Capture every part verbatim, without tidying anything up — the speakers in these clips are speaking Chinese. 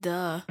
的。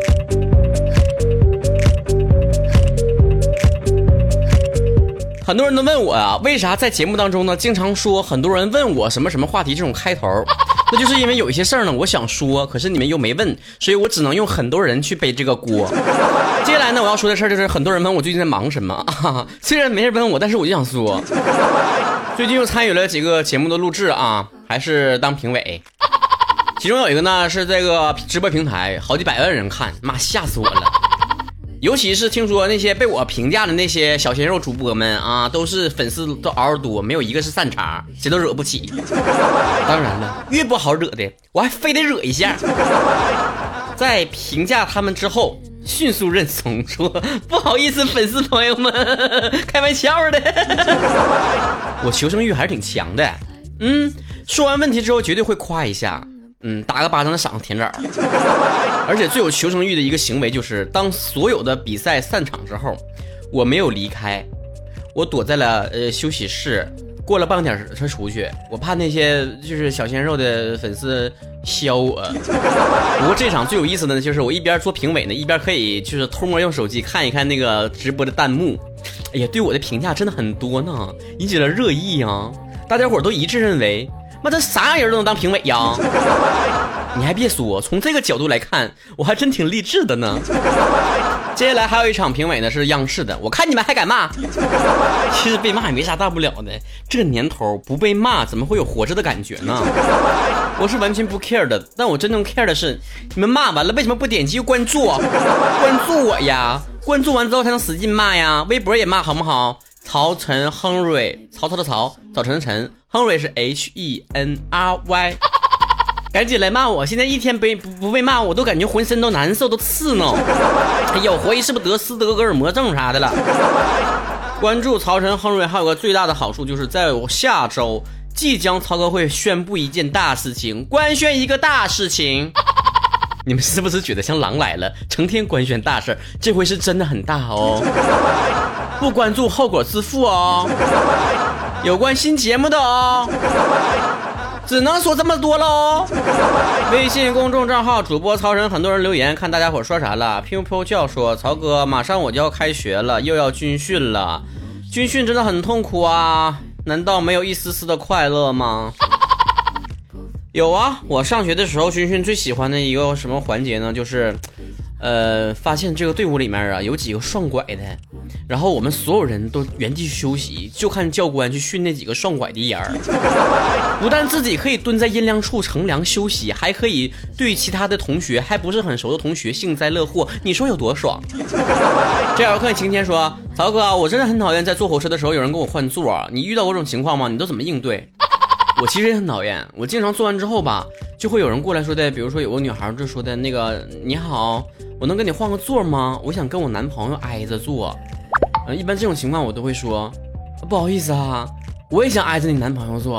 很多人都问我啊，为啥在节目当中呢经常说很多人问我什么什么话题这种开头，那就是因为有一些事儿呢我想说，可是你们又没问，所以我只能用很多人去背这个锅。接下来呢我要说的事儿就是很多人问我最近在忙什么啊，虽然没人问我，但是我就想说，最近又参与了几个节目的录制啊，还是当评委。其中有一个呢是这个直播平台好几百万人看，妈吓死我了。尤其是听说那些被我评价的那些小鲜肉主播们啊，都是粉丝都嗷嗷多，没有一个是善茬，谁都惹不起。当然了，越不好惹的我还非得惹一下。在评价他们之后迅速认怂，说不好意思粉丝朋友们，开玩笑的。我求生欲还是挺强的。嗯，说完问题之后绝对会夸一下，嗯，打个巴掌赏个甜枣。而且最有求生欲的一个行为就是，当所有的比赛散场之后，我没有离开，我躲在了呃休息室，过了半个点才出去，我怕那些就是小鲜肉的粉丝削我。不过这场最有意思的呢，就是我一边做评委呢，一边可以就是偷摸用手机看一看那个直播的弹幕。哎呀，对我的评价真的很多呢，引起了热议啊！大家伙都一致认为，妈这啥样人都能当评委呀？你还别说，从这个角度来看，我还真挺励志的呢。接下来还有一场评委呢，是央视的，我看你们还敢骂。其实被骂也没啥大不了的，这个年头不被骂怎么会有活着的感觉呢？我是完全不 care 的，但我真正 care 的是，你们骂完了为什么不点击关注？关注我呀，关注完之后才能使劲骂呀，微博也骂好不好？曹晨亨瑞，曹操的曹，早晨的晨，亨瑞是 H E N R Y。赶紧来骂我，现在一天被 不, 不被骂我都感觉浑身都难受，都刺挠。哎呀，我怀疑是不是得斯德哥尔摩症啥的了。关注曹晨亨瑞还有个最大的好处，就是在我下周即将曹哥会宣布一件大事情，官宣一个大事情。你们是不是觉得像狼来了，成天官宣大事，这回是真的很大哦。不关注后果自负哦，有关新节目的哦。只能说这么多喽。微信公众账号主播曹晨，很多人留言看大家伙说啥了。飘飘叫说，曹哥马上我就要开学了，又要军训了，军训真的很痛苦啊，难道没有一丝丝的快乐吗？有啊，我上学的时候军训最喜欢的一个什么环节呢，就是呃，发现这个队伍里面啊有几个双拐的，然后我们所有人都原地休息，就看教官去训那几个双拐的眼儿。不但自己可以蹲在阴凉处乘凉休息，还可以对其他的同学还不是很熟的同学幸灾乐祸，你说有多爽？这样我看晴天说，曹哥，我真的很讨厌在坐火车的时候有人跟我换座，你遇到过这种情况吗？你都怎么应对？我其实也很讨厌，我经常做完之后吧，就会有人过来说的，比如说有个女孩就说的那个，你好，我能跟你换个座吗？我想跟我男朋友挨着坐。呃，一般这种情况我都会说，不好意思啊，我也想挨着你男朋友坐。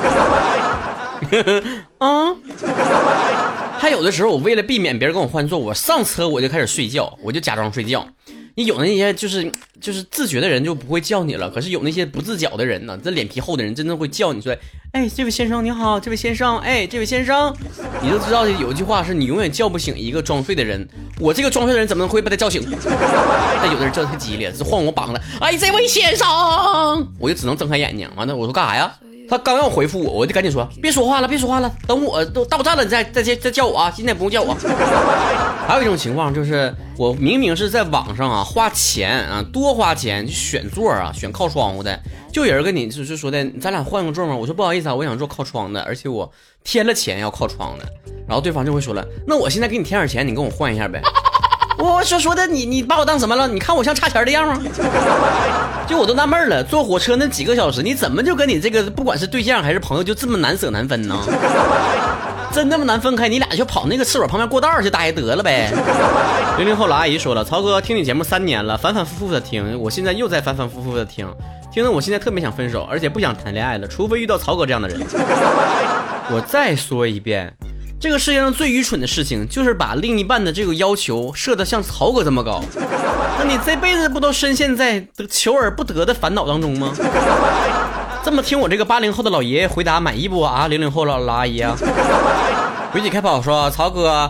啊，还有的时候我为了避免别人跟我换座，我上车我就开始睡觉，我就假装睡觉。你有那些就是就是自觉的人就不会叫你了，可是有那些不自觉的人呢，这脸皮厚的人真的会叫你说，哎，这位先生你好，这位先生，哎，这位先生，你都知道有一句话是你永远叫不醒一个装睡的人，我这个装睡的人怎么能会被他叫醒？但有的人叫得太激烈，是晃我膀子，哎，这位先生，我就只能睁开眼睛，完了我说干啥呀？他刚要回复我，我就赶紧说别说话了，别说话了，等我都到站了你再再再叫我啊，现在不用叫我。还有一种情况就是，我明明是在网上啊花钱啊多花钱去选座啊，选靠窗户的，就有人跟你就是说的，咱俩换个座吗？我说不好意思啊，我想坐靠窗的，而且我添了钱要靠窗的。然后对方就会说了，那我现在给你添点钱，你跟我换一下呗。我说说的你你把我当什么了？你看我像差钱的样吗？就我都纳闷了，坐火车那几个小时，你怎么就跟你这个不管是对象还是朋友就这么难舍难分呢？真那么难分开，你俩就跑那个厕所旁边过道去待得了呗。零零后老阿姨说了，曹哥听你节目三年了，反反复复的听，我现在又在反反复复的听，听得我现在特别想分手，而且不想谈恋爱了，除非遇到曹哥这样的人。我再说一遍，这个世界上最愚蠢的事情就是把另一半的这个要求设得像曹哥这么高，那你这辈子不都深陷在求而不得的烦恼当中吗？这么听我这个八零后的老爷爷回答满意不啊？零零后老老阿姨啊，回去开跑说，曹哥，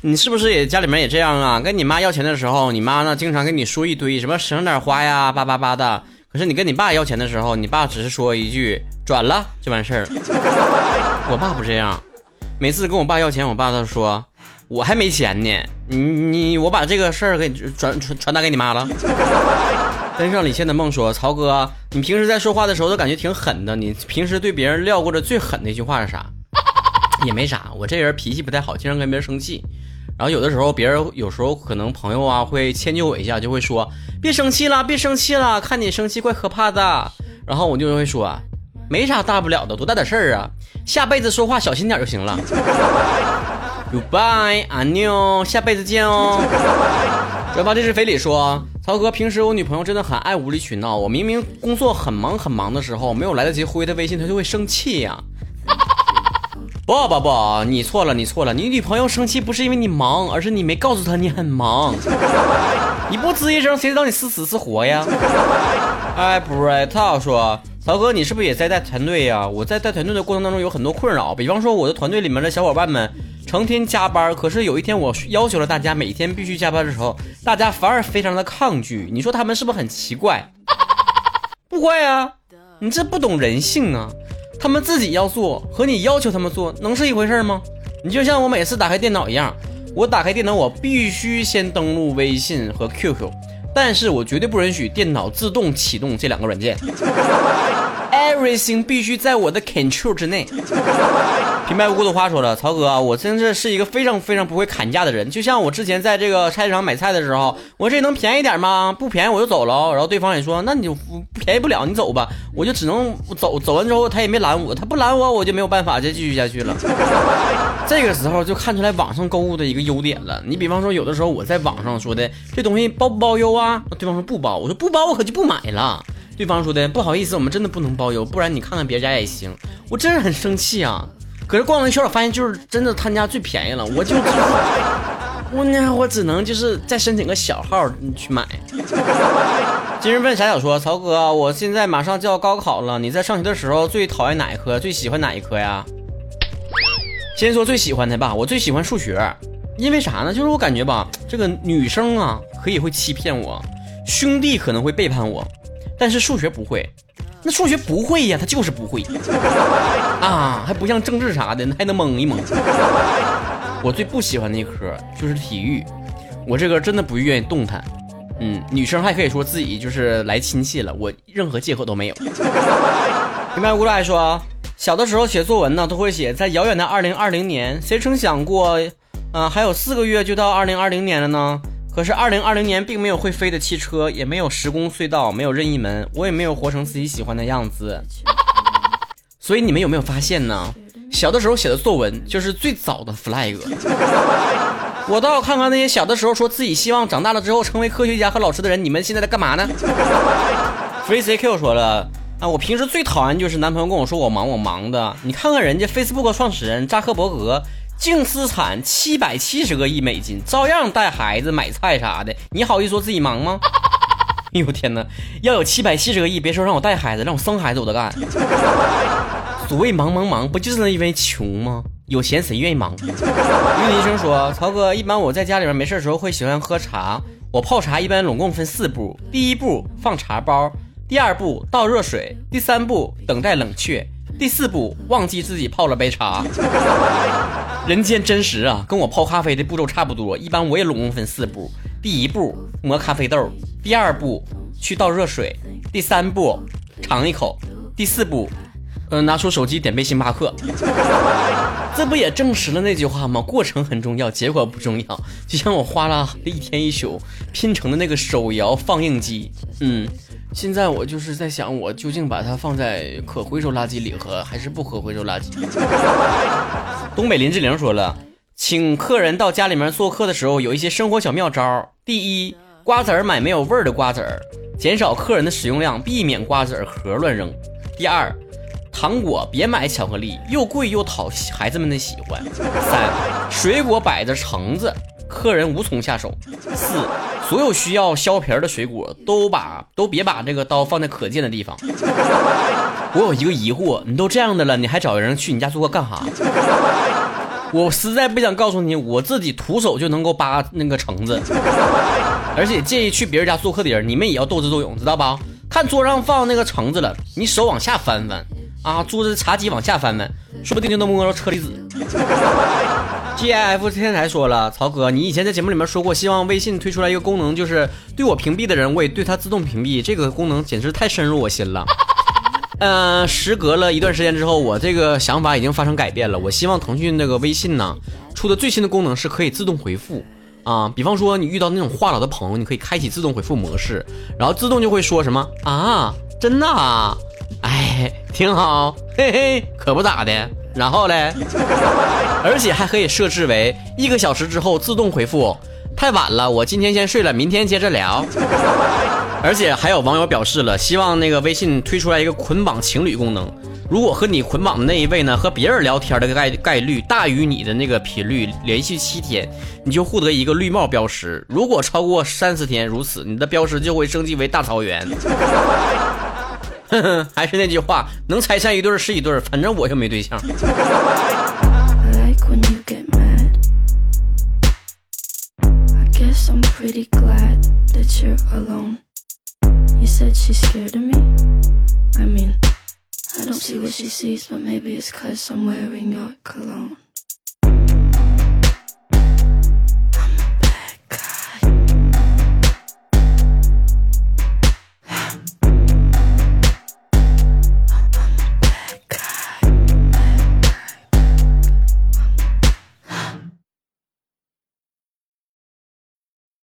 你是不是也家里面也这样啊？跟你妈要钱的时候，你妈呢经常跟你说一堆什么省点花呀，叭叭叭的。可是你跟你爸要钱的时候，你爸只是说一句转了就完事儿了。我爸不这样，每次跟我爸要钱，我爸都说我还没钱呢，你你我把这个事儿给转传传达给你妈了。登上李现的梦说，曹哥，你平时在说话的时候都感觉挺狠的，你平时对别人撂过的最狠的一句话是啥？也没啥，我这人脾气不太好，经常跟别人生气。然后有的时候别人有时候可能朋友啊会迁就我一下，就会说别生气了别生气了，看你生气怪可怕的。然后我就会说没啥大不了的，多大点事儿啊，下辈子说话小心点就行了。Goodbye， 安妞，下辈子见哦。转发这是非礼说，曹哥，平时我女朋友真的很爱无理取闹，我明明工作很忙很忙的时候，没有来得及回她微信，她就会生气呀、啊。不不不，你错了你错了，你女朋友生气不是因为你忙，而是你没告诉她你很忙。你不吱一声，谁知道你是死是活呀？哎，不是，他说，曹哥，你是不是也在带团队呀？我在带团队的过程当中有很多困扰，比方说我的团队里面的小伙伴们成天加班，可是有一天我要求了大家每天必须加班的时候，大家反而非常的抗拒，你说他们是不是很奇怪？不会啊，你这不懂人性啊。他们自己要做和你要求他们做能是一回事吗？你就像我每次打开电脑一样，我打开电脑我必须先登录微信和 Q Q， 但是我绝对不允许电脑自动启动这两个软件。Everything 必须在我的 control 之内。平白无故的话说了，曹哥啊，我真的是一个非常非常不会砍价的人，就像我之前在这个菜市场买菜的时候，我这能便宜点吗？不便宜我就走了，然后对方也说那你就便宜不了你走吧，我就只能走，走完之后他也没拦我，他不拦我我就没有办法再继续下去了。这个时候就看出来网上购物的一个优点了，你比方说有的时候我在网上说的这东西包不包邮啊，对方说不包，我说不包我可就不买了，对方说的不好意思我们真的不能包邮，不然你看看别家也行，我真是很生气啊。可是逛了一圈我发现就是真的他家最便宜了，我就我呢我只能就是再申请个小号去买。今日问傻小说，曹哥，我现在马上就要高考了，你在上学的时候最讨厌哪一科，最喜欢哪一科呀？先说最喜欢的吧，我最喜欢数学，因为啥呢？就是我感觉吧，这个女生啊可以会欺骗我，兄弟可能会背叛我，但是数学不会。那数学不会呀，他就是不会啊，还不像政治啥的还能蒙一蒙。我最不喜欢的一科就是体育，我这个真的不愿意动弹。嗯，女生还可以说自己就是来亲戚了，我任何借口都没有。明白无赖说，小的时候写作文呢，都会写在遥远的二零二零年，谁曾想过，呃，还有四个月就到二零二零年了呢？可是二零二零年并没有会飞的汽车，也没有时空隧道，没有任意门，我也没有活成自己喜欢的样子。所以你们有没有发现呢？小的时候写的作文就是最早的 flag。 我倒要看看那些小的时候说自己希望长大了之后成为科学家和老师的人，你们现在在干嘛呢？ Free C Q 说了啊，我平时最讨厌就是男朋友跟我说我忙我忙的，你看看人家 Facebook 创始人扎克伯格净资产七百七十个亿美金，照样带孩子买菜啥的，你好意思说自己忙吗？哎呦天哪，要有七百七十个亿，别说让我带孩子，让我生孩子我都干。所谓忙忙忙，不就是因为穷吗？有钱谁愿意忙？玉林医生说，曹哥，一般我在家里面没事的时候会喜欢喝茶，我泡茶一般总共分四步，第一步放茶包，第二步倒热水，第三步等待冷却，第四步忘记自己泡了杯茶。人间真实啊，跟我泡咖啡的步骤差不多，一般我也总共分四步，第一步磨咖啡豆，第二步去倒热水，第三步尝一口，第四步呃，拿出手机点杯星巴克。这不也证实了那句话吗？过程很重要，结果不重要。就像我花了一天一宿拼成的那个手摇放映机，嗯，现在我就是在想，我究竟把它放在可回收垃圾里和还是不可回收垃圾？东北林志玲说了，请客人到家里面做客的时候有一些生活小妙招。第一，瓜子儿买没有味儿的瓜子儿，减少客人的使用量，避免瓜子儿盒乱扔。第二，糖果别买巧克力，又贵又讨孩子们的喜欢。三，水果摆着橙子，客人无从下手。四，所有需要削皮的水果都把都别把这个刀放在可见的地方。我有一个疑惑，你都这样的了，你还找人去你家做客干哈？ 我实在不想告诉你，我自己徒手就能够扒那个橙子。而且建议去别人家做客的人，你们也要斗智斗勇，知道吧？看桌上放那个橙子了，你手往下翻翻啊，桌子茶几往下翻翻，说不定就能摸到车厘子。G I F 天才说了，曹哥，你以前在节目里面说过，希望微信推出来一个功能，就是对我屏蔽的人，我也对他自动屏蔽。这个功能简直太深入我心了。呃，时隔了一段时间之后，我这个想法已经发生改变了。我希望腾讯那个微信呢出的最新的功能是可以自动回复啊，比方说你遇到那种话痨的朋友，你可以开启自动回复模式，然后自动就会说什么啊，真的啊，哎，挺好，嘿嘿，可不咋的。然后嘞，而且还可以设置为一个小时之后自动回复，太晚了，我今天先睡了，明天接着聊。而且还有网友表示了，希望那个微信推出来一个捆绑情侣功能，如果和你捆绑的那一位呢和别人聊天的概概率大于你的那个频率，连续七天你就获得一个绿帽标识，如果超过三十天如此，你的标识就会升级为大草原。还是那句话，能拆散一对是一对，反正我又没对象。 I'm pretty glad that you're alone. You said she's scared of me. I mean, I don't see what she sees, but maybe it's 'cause I'm wearing your cologne.